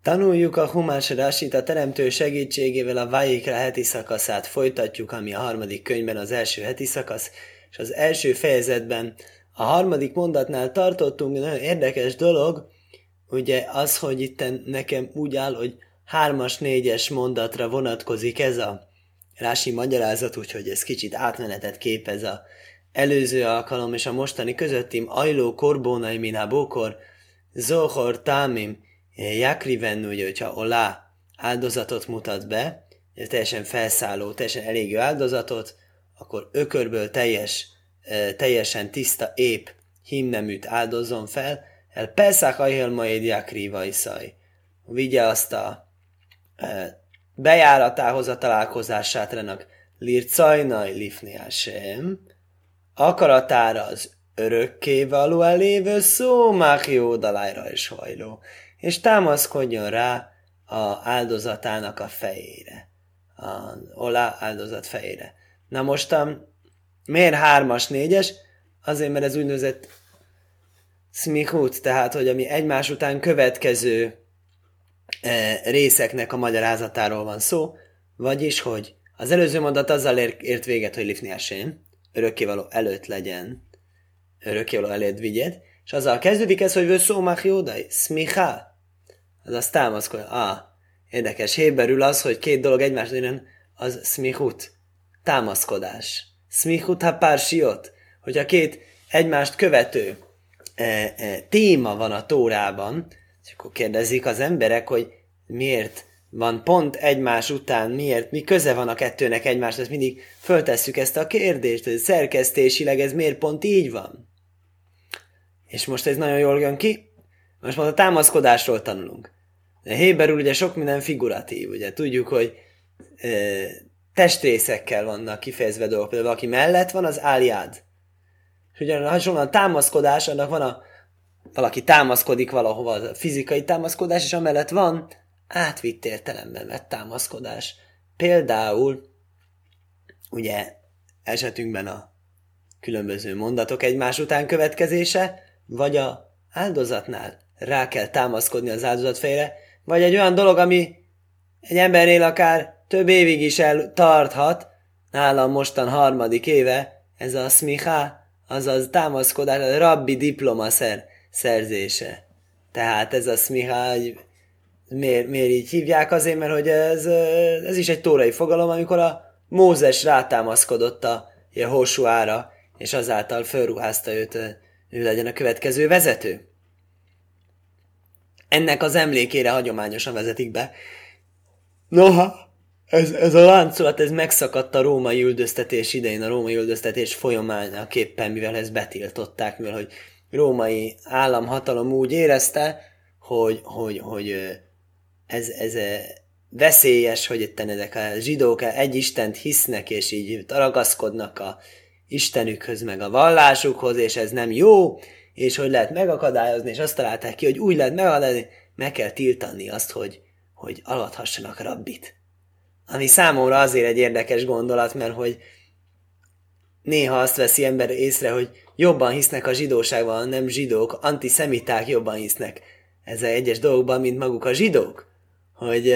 Tanuljuk a Humás Rasit a Teremtő segítségével a Vajikra heti szakaszát folytatjuk, ami a harmadik könyvben az első heti szakasz, és az első fejezetben a harmadik mondatnál tartottunk, nagyon érdekes dolog, ugye az, hogy itt nekem úgy áll, hogy 3-as, 4-es mondatra vonatkozik ez a Rási magyarázat, úgyhogy ez kicsit átmenetet képez a előző alkalom és a mostani közöttim ajló korbónai miná bókor, zohor támim, Jakriven, ugye, hogyha olá áldozatot mutat be, teljesen felszálló, teljesen elégő áldozatot, akkor ökörből teljesen tiszta, ép hímneműt áldozzon fel, el Pesach ajhel majd Jakri vajszaj. Vigye azt a bejáratához a találkozásátrának lircajnaj lifni Hashem, akaratára az örökkévaló elévő szómáki ódalájra is hajló, és támaszkodjon rá a áldozatának a fejére, a olá áldozat fejére. Na mostan, miért 3-as, 4-es? Azért, mert ez úgynevezett szmichut, tehát, hogy ami egymás után következő részeknek a magyarázatáról van szó, vagyis, hogy az előző mondat azzal ért véget, hogy lifni Hashem, örökkévaló előtt legyen, örökkévaló előtt vigyed, és azzal kezdődik ez, hogy vösszómach jódai, szmichá, azaz támaszkodja. Érdekes, héberül az, hogy 2 dolog egymásra jön, az szmichut, támaszkodás. Szmichut ha pársiot, hogyha 2 egymást követő téma van a Tórában, és akkor kérdezik az emberek, hogy miért van pont egymás után, mi köze van a kettőnek egymáshoz, ezt mindig föltesszük ezt a kérdést, hogy szerkesztésileg ez miért pont így van. És most ez nagyon jól jön ki, most a támaszkodásról tanulunk. De héberül ugye sok minden figuratív, ugye tudjuk, hogy testrészekkel vannak kifejezve dolgok, például aki mellett van, az áljád. És ugyan hasonlóan a támaszkodás, annak valaki támaszkodik valahova, a fizikai támaszkodás, és amellett van átvitt értelemben vett támaszkodás. Például, ugye esetünkben a különböző mondatok egymás után következése, vagy a áldozatnál rá kell támaszkodni az áldozat fejére, vagy egy olyan dolog, ami egy embernél akár több évig is eltarthat, nálam mostan 3. éve, ez a szmichá, azaz támaszkodás, a rabbi diploma szerzése. Tehát ez a szmichá, miért így hívják? Azért, mert hogy ez is egy tórai fogalom, amikor a Mózes rátámaszkodott a Jehósuára, és azáltal fölruházta őt, ő legyen a következő vezető. Ennek az emlékére hagyományosan vezetik be. Noha, ez a láncolat, ez megszakadt a római üldöztetés idején, a római üldöztetés folyamányaképpen, mivel ezt betiltották, mivel hogy római államhatalom úgy érezte, hogy ez veszélyes, hogy itt ezek a zsidók egy Istent hisznek, és így ragaszkodnak a Istenükhöz, meg a vallásukhoz, és ez nem jó, és hogy lehet megakadályozni, és azt találták ki, hogy úgy lehet megakadályozni, meg kell tiltani azt, hogy alathassanak rabbit. Ami számomra azért egy érdekes gondolat, mert hogy néha azt veszi ember észre, hogy jobban hisznek a zsidóságban, nem zsidók, antiszemiták jobban hisznek ez egyes dolgokban, mint maguk a zsidók. Hogy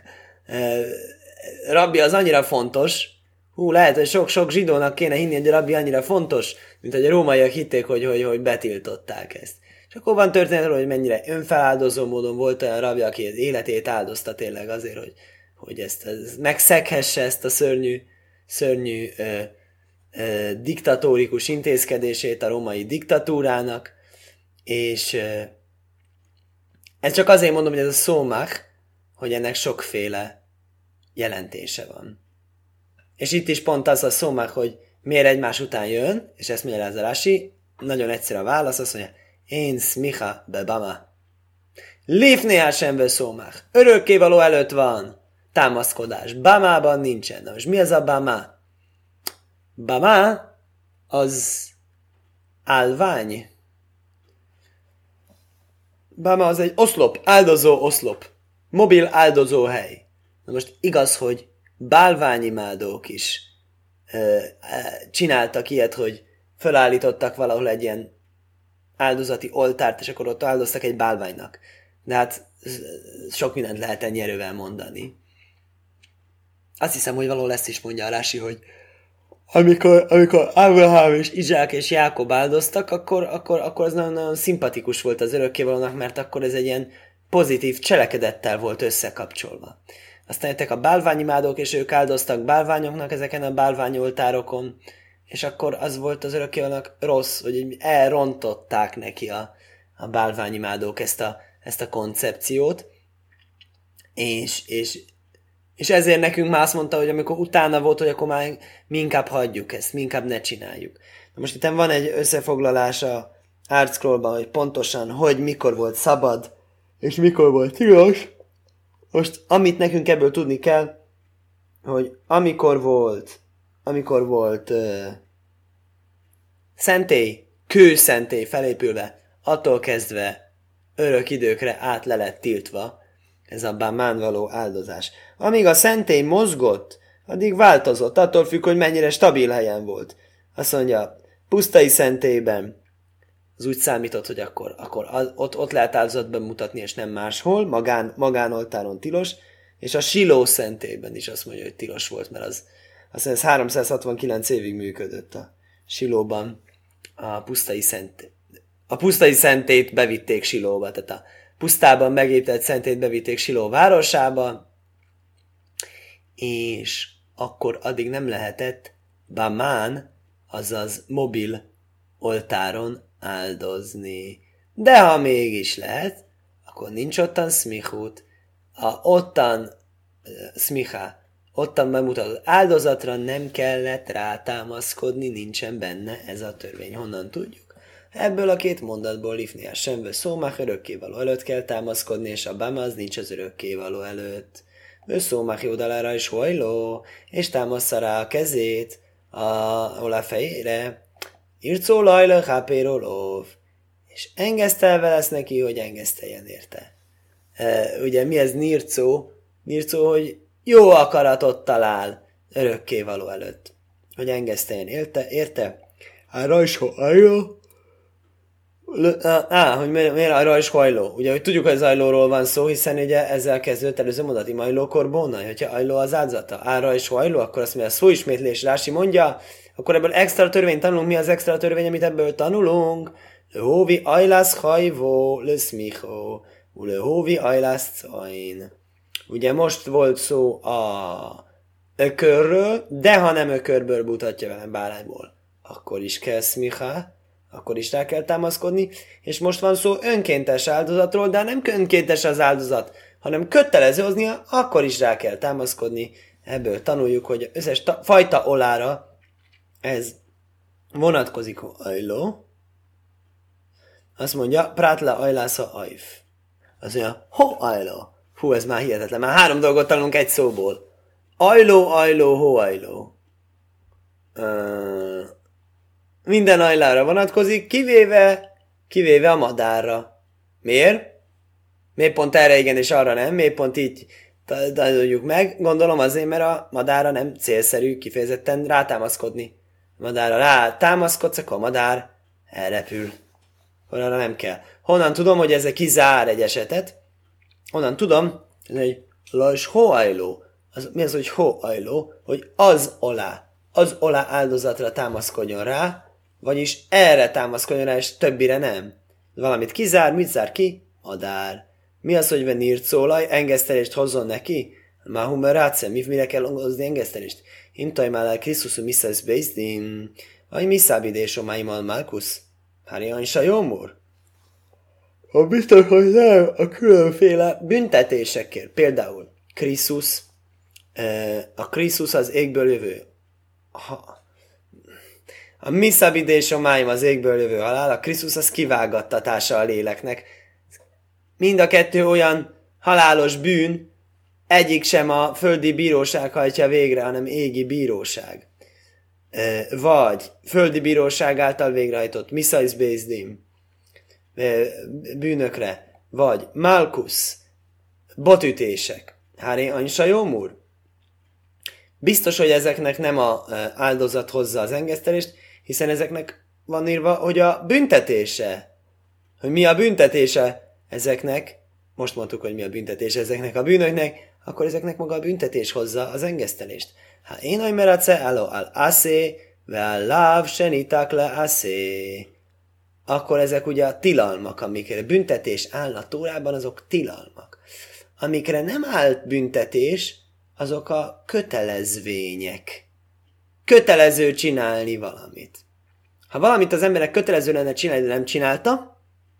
rabbi az annyira fontos, lehet, hogy sok zsidónak kéne hinni, hogy a rabbi annyira fontos, mint hogy a rómaiak hitték, hogy betiltották ezt. És akkor van történet, hogy mennyire önfeláldozó módon volt olyan rabbi, aki az életét áldozta tényleg azért, hogy ezt megszeghesse ezt a szörnyű diktatórikus intézkedését a római diktatúrának, és ez csak azért mondom, hogy ez a szómach, hogy ennek sokféle jelentése van. És itt is pont az a szómach, hogy miért egymás után jön, és ezt mondja az Rashi, nagyon egyszerű a válasz, azt mondja, én smicha bebama. Lifni Hashembe szómach. Örökkévaló előtt van támaszkodás. Bamában nincsen. Na most mi az a bama? Bama az állvány. Bama az egy oszlop, áldozó oszlop. Mobil áldozó hely. Na most igaz, hogy bálványimádók is csináltak ilyet, hogy felállítottak valahol egy ilyen áldozati oltárt, és akkor ott áldoztak egy bálványnak. De hát sok mindent lehet ennyi erővel mondani. Azt hiszem, hogy való lesz is, mondja a Rási, hogy amikor Ábrahám és Izsák és Jákob áldoztak, akkor az nagyon szimpatikus volt az örökkévalónak, mert akkor ez egy ilyen pozitív cselekedettel volt összekapcsolva. Aztán jöttek a bálványimádók, és ők áldoztak bálványoknak ezeken a bálványoltárokon, és akkor az volt az örökkévalónak rossz, hogy elrontották neki a bálványimádók ezt a koncepciót, és ezért nekünk már azt mondta, hogy amikor utána volt, hogy akkor már mi inkább hagyjuk ezt, mi inkább ne csináljuk. Na most itt van egy összefoglalás a Artscrollban, hogy pontosan, hogy mikor volt szabad, és mikor volt tilos. Most amit nekünk ebből tudni kell, hogy amikor volt szentély, kőszentély felépülve, attól kezdve örök időkre át le lett tiltva ez a bámán való áldozás. Amíg a szentély mozgott, addig változott, attól függ, hogy mennyire stabil helyen volt. Azt mondja, pusztai szentélyben az úgy számított, hogy akkor ott lehet áldozat bemutatni, és nem máshol, magánoltáron tilos, és a Siló szentélyben is azt mondja, hogy tilos volt, mert azt hiszem, ez 369 évig működött a Silóban a pusztai szentély. A pusztai szentét bevitték Silóba, tehát a pusztában megépített szentét bevitték Siló városába, és akkor addig nem lehetett bámán, azaz mobil oltáron áldozni. De ha mégis lehet, akkor nincs ottan szmichút. Ottan bemutatott áldozatra nem kellett rátámaszkodni, nincsen benne ez a törvény. Honnan tudjuk? Ebből a két mondatból Lifnél sem szómach örökkévaló előtt kell támaszkodni, és a báma az nincs az örökkévaló előtt. Szómach jódalára is hajló, és támassza rá a kezét a fejére. Ircó lajlő hápérolóv. És engesztelve lesz neki, hogy engeszteljen érte. Ugye mi ez nircó? Nircó, hogy jó akaratot talál örökkévaló előtt. Hogy engeszteljen érte? Rajsó ajló. Hogy miért a rajshajló? Ugye, hogy tudjuk, hogy az ajlóról van szó, hiszen ugye ezzel kezdődött előző mondati majló korbóna, hogyha ajló az áldozata. Rajshajló, akkor azt mondja, a szóismétlés, Rási mondja, akkor ebből extra törvényt tanulunk. Mi az extra törvény, amit ebből tanulunk? Hóvi ajlász hajvó, löszmichó, hóvi ajlász cain. Ugye most volt szó a ökörről, de ha nem ökörből mutatja velem bárányból, akkor is kell szmichá, akkor is rá kell támaszkodni, és most van szó önkéntes áldozatról, de nem önkéntes az áldozat, hanem kötelező hoznia, akkor is rá kell támaszkodni. Ebből tanuljuk, hogy összes fajta olára ez vonatkozik ajló. Azt mondja, prátla ajlásza ajf. Azt mondja, ho ajló. Hú, ez már hihetetlen. Már 3 dolgot tanulunk egy szóból. Ajló, ho ajló. Minden ajlára vonatkozik, kivéve a madárra. Miért? Miért pont erre igen, és arra nem? Miért pont így tanuljuk meg? Gondolom azért, mert a madárra nem célszerű kifejezetten rátámaszkodni. A madárra rátámaszkodsz, akkor a madár elrepül. Arra nem kell. Honnan tudom, hogy ez kizár egy esetet? Honnan tudom, hogy lajs hoajló. Mi az, hogy hoajló? Hogy az olá áldozatra támaszkodjon rá, vagyis erre támaszkodjon rá, és többire nem. Valamit kizár, mit zár ki? Madár. Mi az, hogy venírt szólaj, engesztelést hozzon neki? Már humeráce, mire kell hozni engesztelést? Imtaj már el Krisztuszú miszász bézdin, vagy miszábidésomáimal Málkusz? Hárian Sajómur? Ha biztos, hogy nem, a különféle büntetésekért. Például Krisztus, a Krisztus az égből jövő. A miszabidésomáim az égből jövő halál, a Krisztus az kivágattatása a léleknek. Mind a kettő olyan halálos bűn, egyik sem a földi bíróság hajtja végre, hanem égi bíróság. Vagy földi bíróság által végrehajtott miszajsz bézdim bűnökre, vagy Malkusz, botütések. Hári Anysa Jómúr. Biztos, hogy ezeknek nem a áldozat hozza az engesztelést, hiszen ezeknek van írva, hogy a büntetése. Hogy mi a büntetése ezeknek? most mondtuk, hogy mi a büntetés ezeknek a bűnöknek, akkor ezeknek maga a büntetés hozza az engesztelést. Ha én oly merace, alo al aszé, ve al láv senitak le aszé. Akkor ezek ugye a tilalmak, amikre büntetés áll a Tórában, azok tilalmak. Amikre nem áll büntetés, azok a kötelezvények. Kötelező csinálni valamit. Ha valamit az emberek kötelező lenne csinálni, de nem csinálta,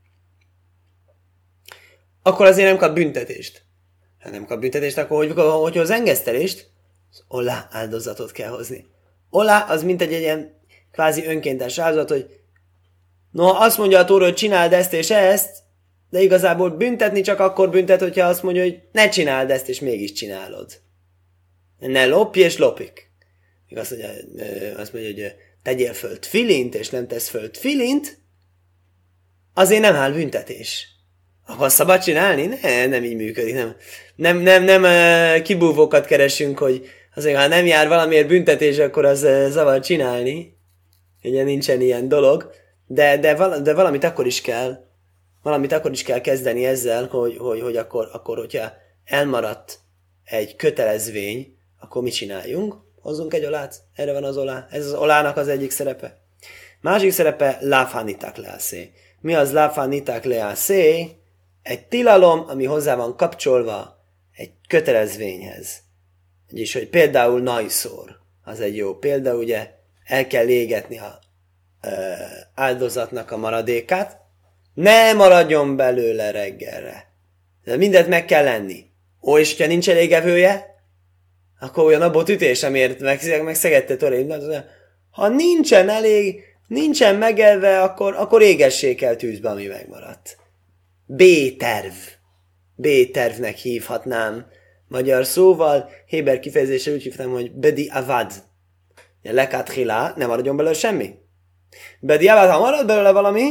akkor azért nem kap büntetést. Ha nem kap büntetést, akkor hogy az engesztelést, az olá áldozatot kell hozni. Olá az mint egy ilyen kvázi önkéntes áldozat, hogy no, azt mondja a Tóra, hogy csináld ezt és ezt, de igazából büntetni csak akkor büntet, hogyha azt mondja, hogy ne csináld ezt, és mégis csinálod. Ne lopj, és lopik. Még azt mondja, hogy tegyél föl tfilint, és nem tesz föl tfilint, azért nem áll büntetés. Akkor szabad csinálni? Nem így működik. Nem kibúvókat keresünk, hogy azért, ha nem jár valamiért büntetés, akkor az szabad csinálni. Ugye nincsen ilyen dolog. De valamit akkor is kell. Valamit akkor is kell kezdeni ezzel, hogy akkor, hogyha elmaradt egy kötelezvény, akkor mit csináljunk? Hozzunk egy olát? Erre van az olá. Ez az olának az egyik szerepe. Másik szerepe láfániták leászé. Mi az láfániták leászé? Egy tilalom, ami hozzá van kapcsolva egy kötelezvényhez. Vagyis, hogy például najszór. Az egy jó példa, ugye el kell égetni a áldozatnak a maradékát, ne maradjon belőle reggelre. De mindent meg kell lenni. És hogyha nincs elég evője, akkor olyan abból ütés, amiért megszegette Tóra. Ha nincsen megelve, akkor égessék el tűzbe, ami megmaradt. B-terv. B-tervnek hívhatnám. Magyar szóval, héber kifejezéssel úgy hívtam, hogy bedi avad. Lekát hilá, nem maradjon belőle semmi. Bedi avad, ha marad belőle valami,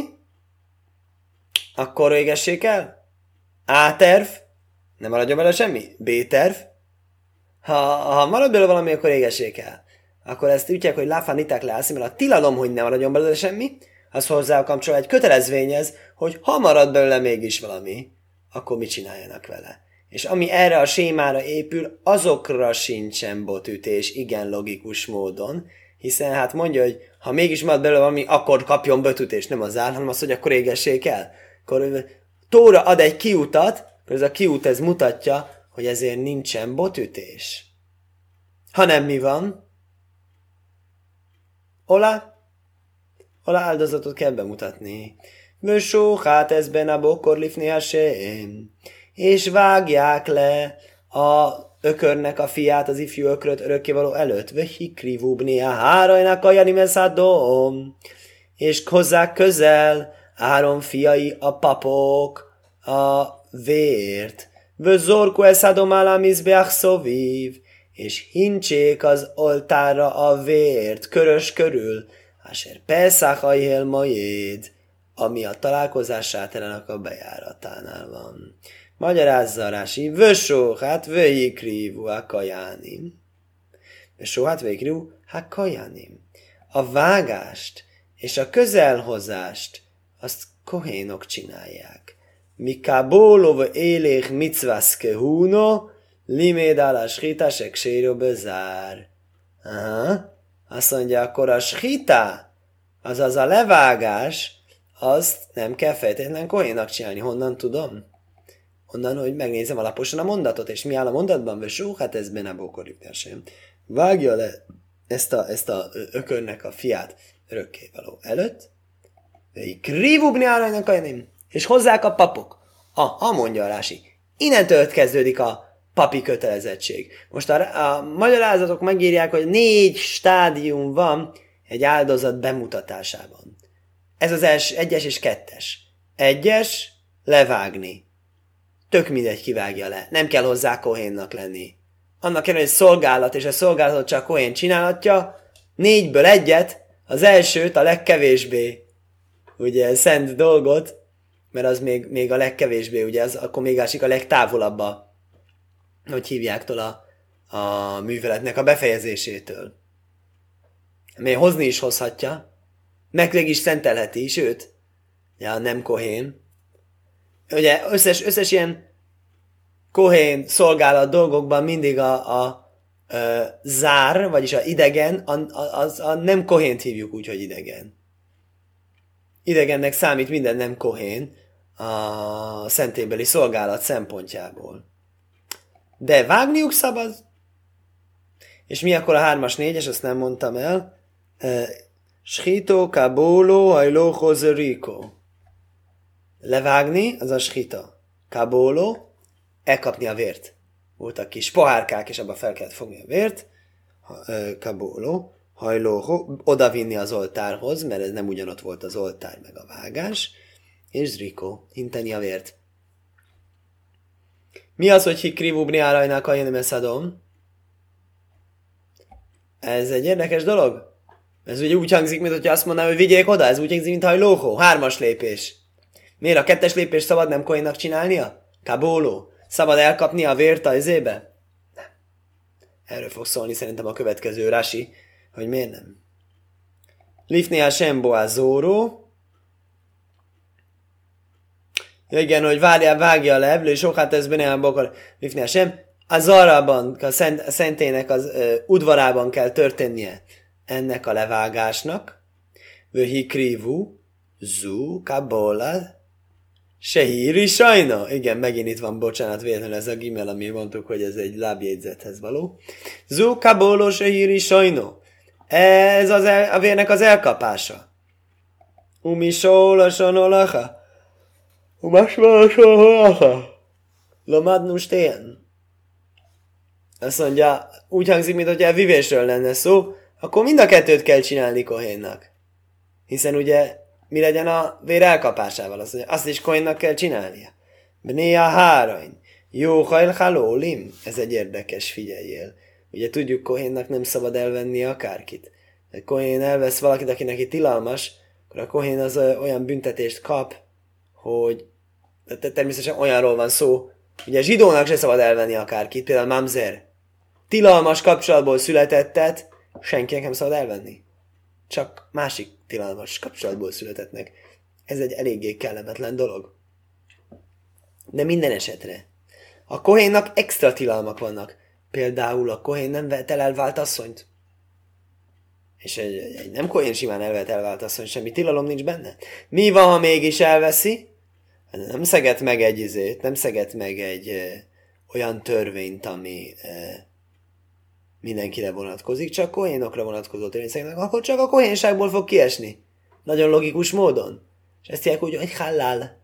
akkor égessék el. A-terv, nem maradjon belőle semmi. B-terv, ha marad belőle valami, akkor égessék el. Akkor ezt ütják, hogy láfániták leállsz, mert a tilalom, hogy nem maradjon belőle semmi, az hozzá kapcsol egy kötelezvényez, hogy ha marad belőle mégis valami, akkor mit csináljanak vele. És ami erre a sémára épül, azokra sincsen botütés, igen logikus módon, hiszen hát mondja, hogy ha mégis marad belőle valami, akkor kapjon botütés, nem az áll, hanem az, hogy akkor égessék el. Akkor Tóra ad egy kiutat, akkor ez a kiút ez mutatja, hogy ezért nincsen botütés. Hanem mi van? Olá áldozatot kell bemutatni. Vösóhát ezben a bokor lifni a sém. És vágják le a ökörnek a fiát, az ifjú ökröt örökkévaló előtt. Vöhikrivubni a hárajnak a janimeszádom. És hozzák közel Áron fiai, a papok, a vért. Vözorku eszádom állam izbeach szovív. És hincsék az oltára a vért, körös körül. Áser Peszach ajhél majéd, ami a találkozás sáterának a bejáratánál van. Magyarázza Rási, vösóhát vöjikrivu a kajánim. Vösóhát vöjikrivu a kajánim. A vágást és a közelhozást azt kohénok csinálják. Mikábólov élék micvaszke húno, limédálás hitásek sérő bezár. Aha. Azt mondja, akkor a shita, azaz a levágás, azt nem kell feltétlenül kohénnak csinálni. Honnan tudom? Onnan, hogy megnézem alaposan a mondatot, és mi áll a mondatban? Vösó, hát ez benne bókorításém. Vágja le ezt a ökörnek a fiát örökkévaló előtt, krívubni állajnak a jenim, és hozzák a papok. Mondja a Rási. Innentől kezdődik a papi kötelezettség. Most a magyarázatok megírják, hogy 4 stádium van egy áldozat bemutatásában. Ez az 1-es és 2-es. 1-es, levágni. Tök mindegy kivágja le. Nem kell hozzá kohénnak lenni. Annak ellenére, hogy szolgálat, és a szolgálatot csak kohén csinálhatja, 4-ből 1-et, az elsőt a legkevésbé ugye szent dolgot, mert az még a legkevésbé, ugye az akkor még ásik a legtávolabb hogy hívják a műveletnek a befejezésétől. Még hozni is hozhatja, meg is szentelheti, sőt, ja, nem kohén. Ugye összes ilyen kohén szolgálat dolgokban mindig a zár, vagyis a idegen, a nem kohént hívjuk úgy, hogy idegen. Idegennek számít minden nem kohén a szentélybeli szolgálat szempontjából. De vágniuk szabad. És mi akkor a 3-as, 4-es, azt nem mondtam el. Schito, kabolo, hajló, hozeriko. Levágni, az a schita. Kabolo, elkapni a vért. Voltak kis pohárkák, és abba fel kellett fogni a vért. Kabolo, hajló, odavinni az oltárhoz, mert ez nem ugyanott volt az oltár, meg a vágás. És zriko, hinteni a vért. Mi az, hogy hikrivubni árajnák a jenemeszadom? Ez egy érdekes dolog. Ez ugye úgy hangzik, mint hogyha azt mondanám, hogy vigyék oda. Ez úgy hangzik, mint hajlóhó. 3-as lépés. Miért a 2-es lépés szabad nem kohénnak csinálnia? Kabóló. Szabad elkapni a vért az izébe? Nem. Erről fog szólni szerintem a következő Rashi, hogy miért nem. Lifni a semboá zóró. Ja, igen, hogy vágja le, és sokat ez benne a bokor. Lifni a sem. A zarában, a szentének az udvarában kell történnie ennek a levágásnak. Vöhikrivu, zu, kabola, sehíri sajna. Igen, megint itt van, bocsánat, véletlenül ez a gimel, ami mondtuk, hogy ez egy lábjegyzethez való. Zu, kabolo, sehíri sajna. Ez a vérnek az elkapása. Umisol, sonolacha. Umasol, sonolacha. Lomadnus tén. Azt mondja, úgy hangzik, mint hogyha vivésről lenne szó, akkor mind a kettőt kell csinálni kohénnak. Hiszen ugye mi legyen a vér elkapásával? Azt mondja, azt is kohénnak kell csinálnia. Bnéa hárain. Jó hajl halólim. Ez egy érdekes, figyeljél. Ugye tudjuk, kohénnak nem szabad elvenni akárkit. Ha kohén elvesz valakit, aki neki tilalmas, akkor a kohén az olyan büntetést kap, hogy természetesen olyanról van szó, ugye zsidónak se szabad elvenni akárkit, például mamzer. Tilalmas kapcsolatból születettet senkinek nem szabad elvenni. Csak másik tilalmas kapcsolatból születettnek. Ez egy eléggé kellemetlen dolog. De minden esetre. A kohénnak extra tilalmak vannak. Például a kohén nem vehet el elvált asszonyt. És egy nem kohén simán elvehet elvált asszony, semmi tilalom nincs benne. Mi van, ha mégis elveszi? Nem szeget meg egy nem szeget meg egy olyan törvényt, ami mindenkire vonatkozik, csak kohénokra vonatkozó törvényszegnek, akkor csak a kohénságból fog kiesni. Nagyon logikus módon. És ezt hívják úgy, hogy halál.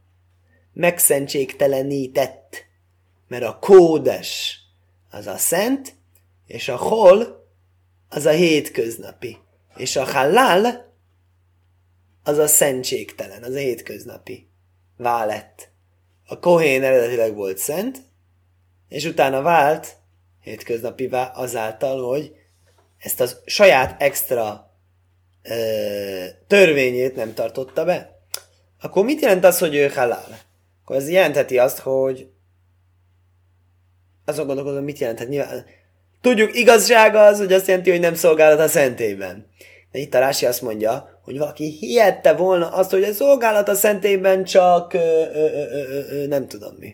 Megszentségtelenített. Mert a kódes az a szent, és a hol az a hétköznapi. És a halál az a szentségtelen, az a hétköznapi. Válett. A kohén eredetileg volt szent, és utána vált hétköznapivá azáltal, hogy ezt a saját extra törvényét nem tartotta be. Akkor mit jelent az, hogy ő halál? Akkor ez jelentheti azt, hogy azon gondolkozom, mit jelenthet. Nyilván, tudjuk, igazsága az, hogy azt jelenti, hogy nem szolgálat a szentélyben. De itt a Rási azt mondja, hogy valaki hihette volna azt, hogy a szolgálat a szentélyben csak nem tudom mi.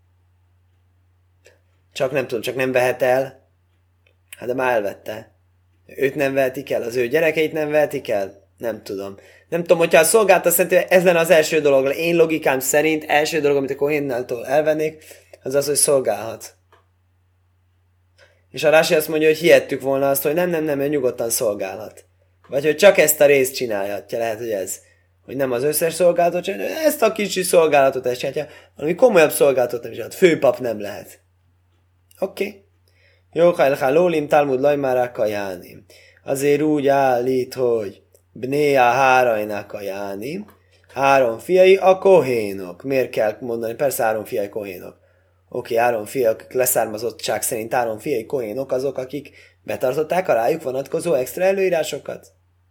Csak nem vehet el. Hát de már elvette. Őt nem vehetik el, az ő gyerekeit nem vehetik el. Nem tudom. Nem tudom, hogyha a szolgálat a szentélyben, ez lenne az első dolog. Én logikám szerint első dolog, amit a kohénnáltól elvennék, az az, hogy szolgálhat. És a Rási azt mondja, hogy hihettük volna azt, hogy nem, ő nyugodtan szolgálhat. Vagy hogy csak ezt a részt csinálhatja, lehet, hogy ez. Hogy nem az összes szolgálatot csinálja, ezt a kicsi szolgálatot ezt csinálja, valami komolyabb szolgálatot nem csinálhat. Főpap nem lehet. Oké. Jó, hajlólim, Talmud lajmárák a jánim. Azért úgy állít, hogy Bnéa hárajnak a jánim. 3 fiai a kohénok. Miért kell mondani? Persze 3 fiai kohénok. Oké, 3 fiak leszármazottság szerint 3 fiai kohénok azok, akik betartották a rájuk vonatkozó extra előírásokat.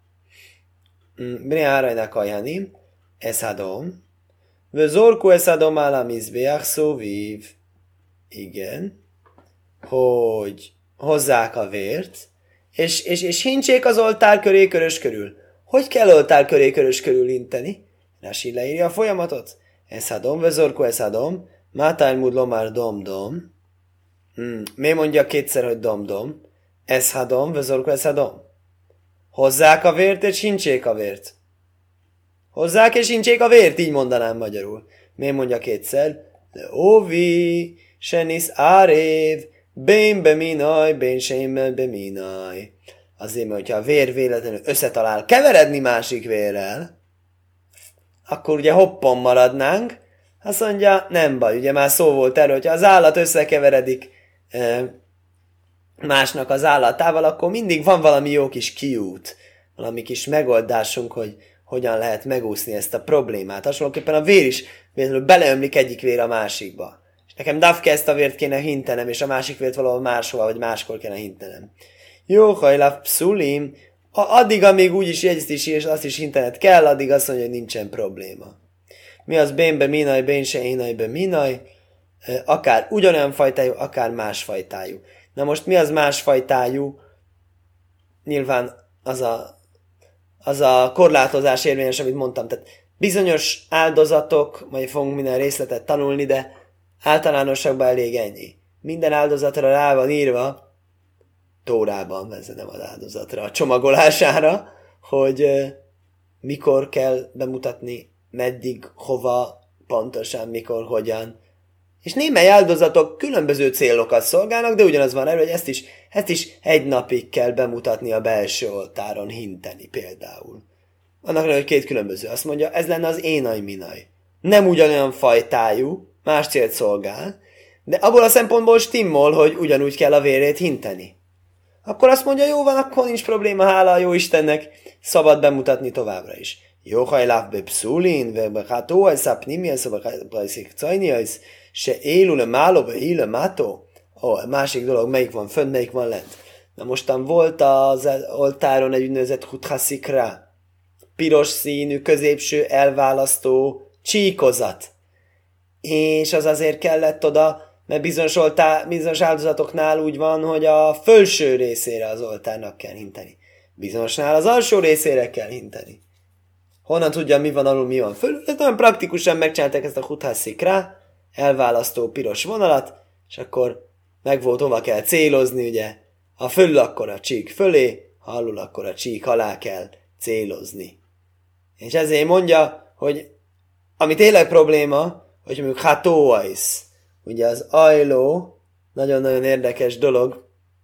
Bnéa hárajnak a jánim. Eszadom. Vözorku eszadom áll mizbeach szóvív. Igen. Hogy hozzák a vért, és hintsék az oltár köré körös körül. Hogy kell oltár köré körös körül inteni? Rási leírja a folyamatot. Eszadom, vezorko eszadom, Mátálmúd lomár dom-dom. Miért mondja kétszer, hogy dom-dom? Ez hadom, vezorku ez hadom. Hozzák a vért, és hincsék a vért. Hozzák, és hincsék a vért, így mondanám magyarul. Miért mondja kétszer? De óvi, senis árév, bén beminaj, bén seimmel beminaj. Azért, mert hogyha a vér véletlenül összetalál keveredni másik vérrel, akkor ugye hoppon maradnánk. Azt mondja, nem baj, ugye már szó volt erről, hogyha az állat összekeveredik másnak az állatával, akkor mindig van valami jó kis kiút, valami kis megoldásunk, hogy hogyan lehet megúszni ezt a problémát. Hasonlóképpen a vér is véletlenül beleömlik egyik vér a másikba. És nekem dafke ezt a vért kéne hintenem, és a másik vért valahol máshova, vagy máskor kéne hintenem. Jó, hajlaf pszulim, addig, amíg úgyis jegyzt és azt is hintened kell, addig azt mondja, hogy nincsen probléma. Mi az bénbe minaj, bén se énajbe minaj, akár ugyanolyan fajtájú, akár másfajtájú. Na most mi az másfajtájú? Nyilván az a korlátozás érvényes, amit mondtam. Tehát bizonyos áldozatok, majd fogunk minden részletet tanulni, de általánosakban elég ennyi. Minden áldozatra rá van írva, Tórában, ez nem az áldozatra, a csomagolására, hogy mikor kell bemutatni, meddig, hova, pontosan, mikor, hogyan. És némely áldozatok különböző célokat szolgálnak, de ugyanaz van erről, hogy ezt is egy napig kell bemutatni a belső oltáron, hinteni például. Annak hogy két különböző. Azt mondja, ez lenne az énaj minaj. Nem ugyanolyan fajtájú, más célt szolgál, de abból a szempontból stimmol, hogy ugyanúgy kell a vérét hinteni. Akkor azt mondja, jó van, akkor nincs probléma, hála a jó Istennek, szabad bemutatni továbbra is. Jó hajláf be pszulin, ve hát ez a pnimiasz, bajszik cajniasz, se élül a máló, ve híl a mátó. Másik dolog, melyik van fönn, melyik van lent. Na mostan volt az oltáron egy úgynevezett huthaszikra, piros színű, középső, elválasztó csíkozat. És az azért kellett oda, mert bizonyos áldozatoknál úgy van, hogy a felső részére az oltárnak kell hinteni. Bizonyosnál az alsó részére kell hinteni. Honnan tudja, mi van alul, mi van fölül? Ez nagyon praktikusan megcsinálták ezt a huthaszikra, elválasztó piros vonalat, és akkor meg volt, hova kell célozni, ugye? Ha fölül, akkor a csík fölé, ha alul, akkor a csík alá kell célozni. És ezért mondja, hogy ami tényleg probléma, hogy mondjuk hatóaisz, ugye az ajló, nagyon-nagyon érdekes dolog,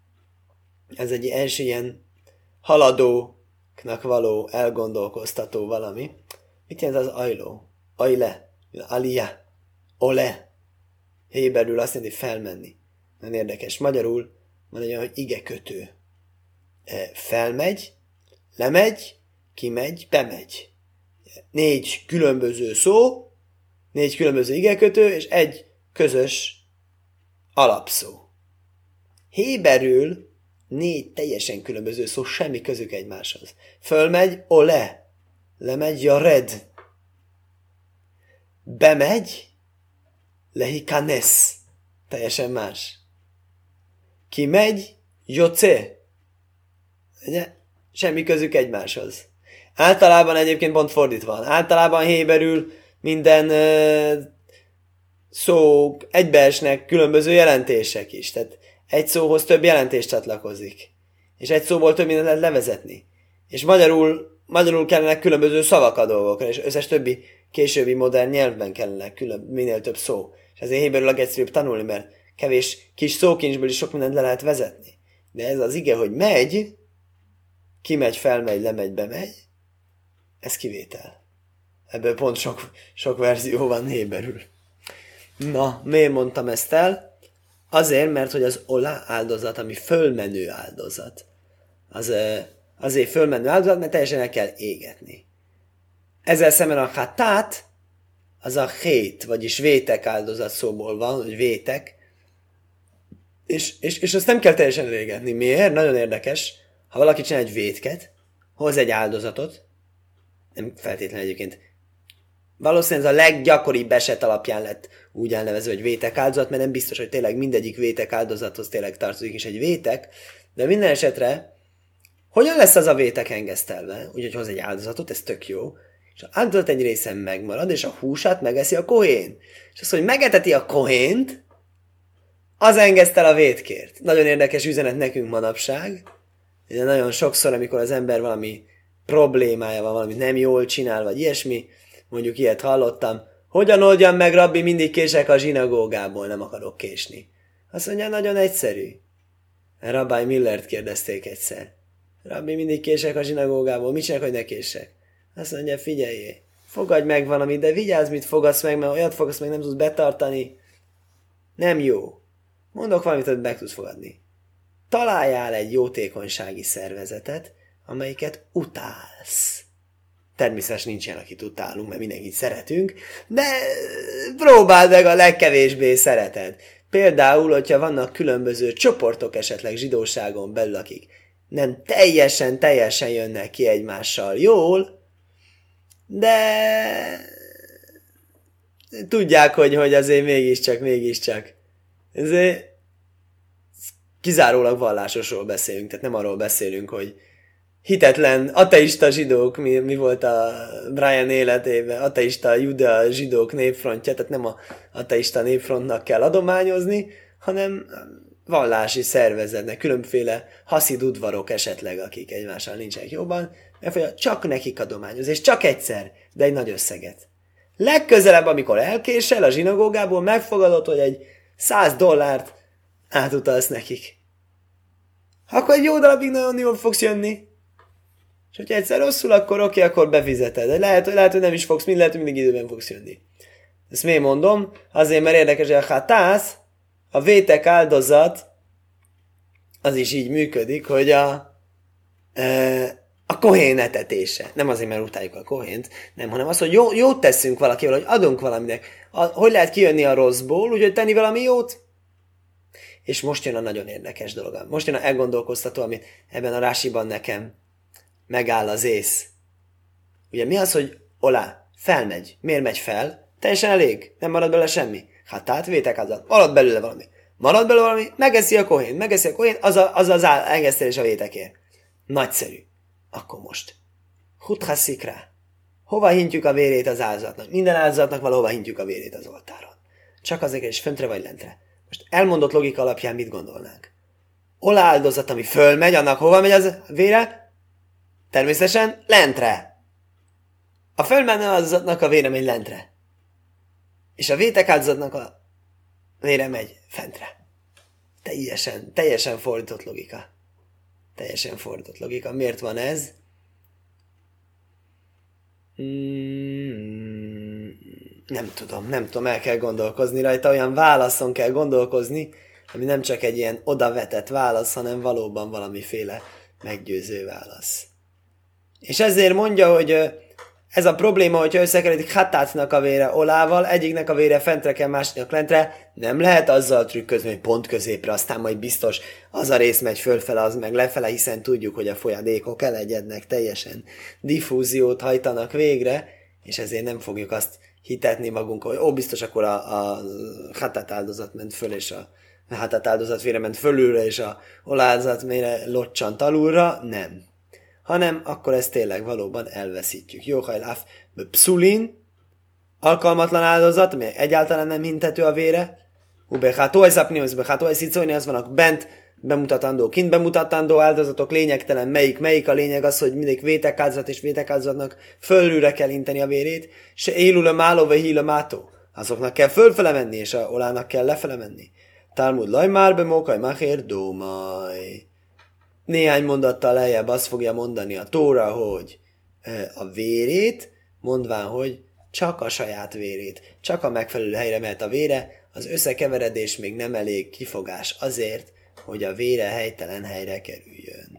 ez egy első ilyen haladóknak való, elgondolkoztató valami. Mit jelent az ajló? Ajle, alia, ole. Héberül azt jelenti felmenni. Nagyon érdekes. Magyarul van egy olyan, hogy igekötő. Felmegy, lemegy, kimegy, bemegy. 4 különböző szó, 4 különböző igekötő, és egy közös alapszó. Héberül 4 teljesen különböző szó, semmi közük egymáshoz. Fölmegy, ole. Lemegy, jared. Bemegy, lehikanes. Teljesen más. Kimegy, joce. Ugye? Semmi közük egymáshoz. Általában egyébként pont fordítva van. Általában héberül minden szók egybeesnek különböző jelentések is. Tehát egy szóhoz több jelentés csatlakozik. És egy szóból több mindent lehet levezetni. És magyarul kellene különböző szavak a dolgokra, és összes többi későbbi modern nyelvben kellene minél több szó. És ezért héberül legegyszerűbb tanulni, mert kevés kis szókincsből is sok mindent le lehet vezetni. De ez az ige, hogy megy, kimegy, felmegy, lemegy, bemegy, ez kivétel. Ebből pont sok verzió van héberül. Na, miért mondtam ezt el? Azért, mert hogy az ola áldozat, ami fölmenő áldozat, az azért fölmenő áldozat, mert teljesen el kell égetni. Ezzel szemben a hatát, az a hét, vagyis vétek áldozat szóból van, hogy vétek, és azt nem kell teljesen elégetni. Miért? Nagyon érdekes. Ha valaki csinál egy vétket, hoz egy áldozatot, nem feltétlenül egyébként, valószínűleg ez a leggyakoribb eset alapján lett úgy elnevezve, hogy vétek áldozat, mert nem biztos, hogy tényleg mindegyik vétek áldozathoz tényleg tartozik is egy vétek, de minden esetre hogyan lesz az a vétek engesztelve? Úgyhogy hoz egy áldozatot, ez tök jó, És az áldozat egy része megmarad, és a húsát megeszi a kohén. És az, hogy megeteti a kohént, az engedte el a vétkért. Nagyon érdekes üzenet nekünk manapság. De nagyon sokszor, amikor az ember valami problémája van, valami nem jól csinál, vagy ilyesmi, mondjuk ilyet hallottam, hogyan oldjam meg, rabbi, mindig kések a zsinagógából, nem akarok késni. Azt mondja, nagyon egyszerű. Rabbi Millert kérdezték egyszer. Rabbi, mindig kések a zsinagógából, mit csinálok, hogy ne kések? Azt mondja, figyeljél, fogadj meg valamit, de vigyázz, mit fogadsz meg, mert olyat fogadsz meg, nem tudsz betartani. Nem jó. Mondok valamit, hogy meg tudsz fogadni. Találjál egy jótékonysági szervezetet, amelyiket utálsz. Természetesen nincs ilyen, akit utálunk, mert mindenkit szeretünk, de próbáld meg a legkevésbé szereted. Például, hogyha vannak különböző csoportok esetleg zsidóságon belül, akik nem teljesen jönnek ki egymással jól, de tudják, hogy azért mégiscsak. Ezért kizárólag vallásosról beszélünk, tehát nem arról beszélünk, hogy hitetlen, ateista zsidók, mi volt a Brian életében, ateista juda zsidók népfrontja, tehát nem a ateista népfrontnak kell adományozni, hanem vallási szervezetnek, különféle haszid udvarok esetleg, akik egymással nincsenek jobban, mert csak nekik adományoz, és csak egyszer, de egy nagy összeget. Legközelebb, amikor elkésel a zsinagógából, megfogadod, hogy egy $100 átutalsz nekik. Akkor egy jó darabig nagyon jól fogsz jönni. És hogyha egyszer rosszul, akkor oké, akkor befizeted. De lehet, hogy nem is fogsz, lehet, hogy mindig időben fogsz jönni. Ezt miért mondom? Azért, mert érdekes, hogy a hatász, a vétek áldozat, az is így működik, hogy a kohén etetése. Nem azért, mert utáljuk a kohént, nem, hanem az, hogy jót teszünk valakivel, hogy adunk valaminek. Hogy lehet kijönni a rosszból, úgyhogy tenni valami jót? És most jön a nagyon érdekes dolog. Most jön a elgondolkoztató, amit ebben a rásiban nekem megáll az ész. Ugye mi az, hogy olá, felmegy. Miért megy fel? Teljesen elég. Nem marad belőle semmi. Hát vétek áldozat. Marad belőle valami. Megeszi a kohén, az engesztelés a vétekért. Nagyszerű. Akkor most. Huthaszik rá. Hova hintjük a vérét az áldozatnak? Minden áldozatnak valahova hintjük a vérét az oltáron. Csak azért is föntre vagy lentre. Most elmondott logika alapján mit gondolnánk? Olá áldozat, ami fölmegy, annak hova megy az vére? Természetesen lentre. A fölmenő áldozatnak a vére megy lentre. És a vétek áldozatnak a vére megy fentre. Teljesen fordított logika. Teljesen fordított logika. Miért van ez? Nem tudom, el kell gondolkozni rajta, olyan válaszon kell gondolkozni, ami nem csak egy ilyen odavetett válasz, hanem valóban valamiféle meggyőző válasz. És ezért mondja, hogy ez a probléma, hogyha összekerítik hatácnak a vére olával, egyiknek a vére fentre kell, másiknak lentre, nem lehet azzal trükközni, hogy pont középre, aztán majd biztos az a rész megy fölfele, az meg lefele, hiszen tudjuk, hogy a folyadékok elegyednek, teljesen diffúziót hajtanak végre, és ezért nem fogjuk azt hitetni magunk, hogy biztos akkor a hatát áldozat ment föl, és a hatát áldozat vére ment fölülre, és a oláldozat vére locsant alulra, nem. Hanem akkor ezt tényleg valóban elveszítjük. Jóhajláf, pszulin, alkalmatlan áldozat, ami egyáltalán nem hintető a vére, ubechátó, az vannak bent bemutatandó, kint bemutatandó áldozatok, lényegtelen melyik a lényeg az, hogy mindig vétek áldozat és vétek áldozatnak fölülre kell inteni a vérét, se élül a máló, vagy híl a mátó. Azoknak kell fölfele menni, és a olának kell lefele menni. Talmud lajmár bemókaj machér dómaj. Néhány mondattal lejjebb azt fogja mondani a Tóra, hogy a vérét, mondván, hogy csak a saját vérét, csak a megfelelő helyre mehet a vére, az összekeveredés még nem elég kifogás azért, hogy a vére helytelen helyre kerüljön.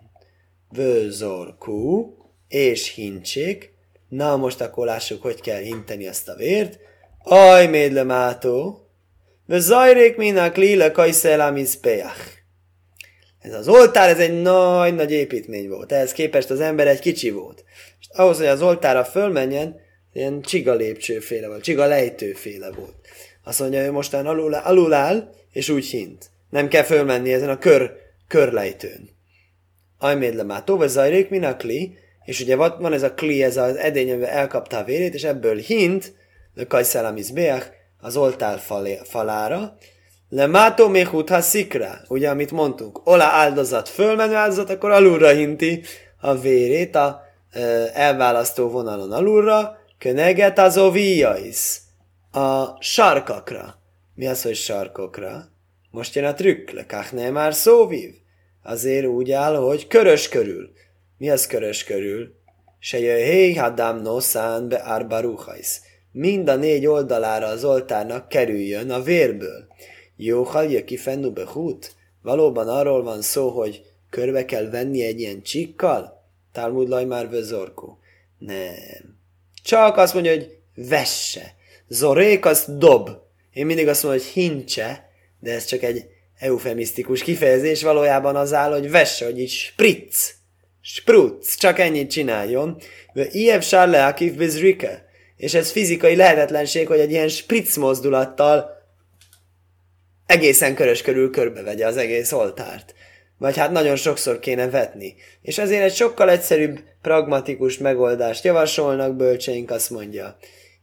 Vőzorkú és hincsék. Na most akkor lássuk, hogy kell hinteni azt a vért. Ajmédle mátó. Vőzajrék minak lila kajszelamizpeach. Ez az oltár, ez egy nagy építmény volt. Ehhez képest az ember egy kicsi volt. És ahhoz, hogy az oltára fölmenjen, ilyen csiga lépcsőféle volt, csiga lejtőféle volt. Azt mondja, hogy mostan alul áll, és úgy hint. Nem kell fölmenni ezen a körlejtőn. Ajmédle már tovább zajrék minakli, és ugye van ez a kli, ez az edény, amivel elkapta a vérét, és ebből hint, le kajszelamiz beach, az oltár falára, le mátó méhut ha szikra, ugye, amit mondtunk, ola áldozat, fölmenő áldozat, akkor alulra hinti a vérét, a elválasztó vonalon alulra, köneget az ovíjais, a sarkakra. Mi az, hogy sarkokra? Most jön a trükk, le kachne már szóvív. Azért úgy áll, hogy körös körül. Mi az körös körül? Se jöjjé hadám noszán be árbaruhajsz. Mind a 4 oldalára az oltárnak kerüljön a vérből. Jóhal jöki fennu behút. Valóban arról van szó, hogy körbe kell venni egy ilyen csikkal? Talmud lajmár vezorkó. Nem. Csak azt mondja, hogy vesse. Zorék az dob. Én mindig azt mondom, hogy hincse, de ez csak egy eufemisztikus kifejezés, valójában az áll, hogy vesse, hogy így spritz. Sprutz, csak ennyit csináljon. Iev sárle akif bizrike. És ez fizikai lehetetlenség, hogy egy ilyen spritz mozdulattal egészen körös körül körbevegye az egész oltárt. Vagy hát nagyon sokszor kéne vetni. És ezért egy sokkal egyszerűbb, pragmatikus megoldást javasolnak, bölcseink azt mondja.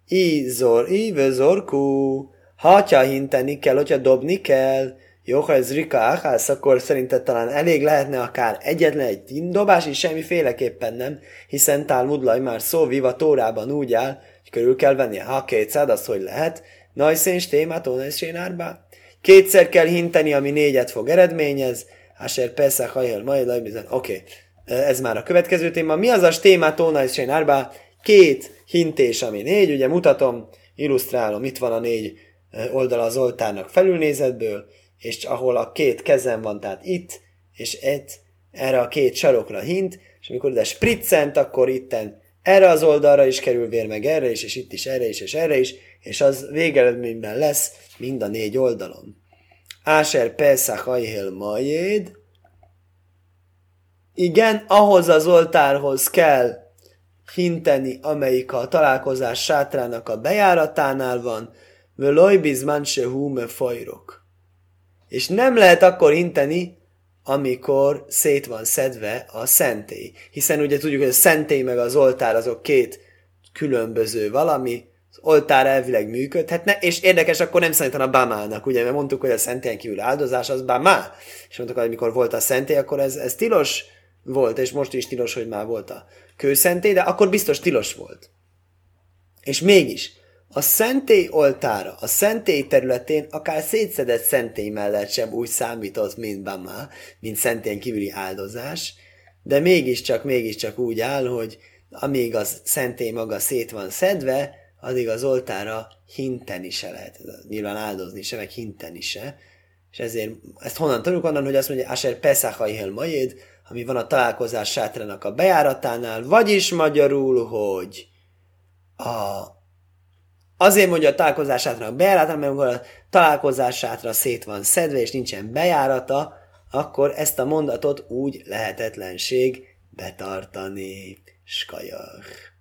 Ívezorkú, ha hinteni kell, hogyha dobni kell, jó, ha ez rika áhász, akkor szerinted talán elég lehetne akár egyetlen egy dobás is, semmiféleképpen nem, hiszen Talmud laj már szó viva Tórában úgy áll, hogy körül kell vennie. Ha 200, az hogy lehet? Najszén stémát, ónajszén árba. 2-szer kell hinteni, ami 4-et fog eredményez. Hásser persze, hajjel, majd lajbizan. Oké, ez már a következő téma. Mi az a stémát, ónajszén árba? 2 hintés, ami 4, ugye mutatom, illusztrálom, itt van a 4 oldala az oltárnak felülnézetből, és ahol a 2 kezem van, tehát itt, és erre a 2 sarokra hint, és amikor ide spriccent, akkor itten erre az oldalra is kerül vér, meg erre is, és itt is, erre is, és erre is, és az végeredményben lesz mind a 4 oldalon. Áser Pesach ajhél majéd. Igen, ahhoz az oltárhoz kell hinteni, amelyik a találkozás sátrának a bejáratánál van, völoj bizman se húme fajrok. És nem lehet akkor hinteni, amikor szét van szedve a szentély. Hiszen ugye tudjuk, hogy a szentély meg az oltár azok 2 különböző valami, az oltár elvileg működhetne, és érdekes, akkor nem számítana bamának, ugye, mert mondtuk, hogy a szentélyen kívül áldozás az bamá. És mondtuk, hogy amikor volt a szentély, akkor ez tilos volt, és most is tilos, hogy már volt a kőszentély, de akkor biztos tilos volt. És mégis, a szentély oltára, a szentély területén akár szétszedett szentély mellett sem úgy számított, mint bamá, mint szentélyen kívüli áldozás, de mégiscsak úgy áll, hogy amíg a szentély maga szét van szedve, addig az oltára hinteni se lehet. Nyilván áldozni se, meg hinteni se. És ezért ezt honnan tanuljuk? Onnan, hogy azt mondja, Asher Pesach ajhél majéd, ami van a találkozás sátrának a bejáratánál, vagyis magyarul, hogy azért mondja a találkozás sátrának bejáratánál, mert amikor a találkozás sátra szét van szedve, és nincsen bejárata, akkor ezt a mondatot úgy lehetetlenség betartani. Skajach.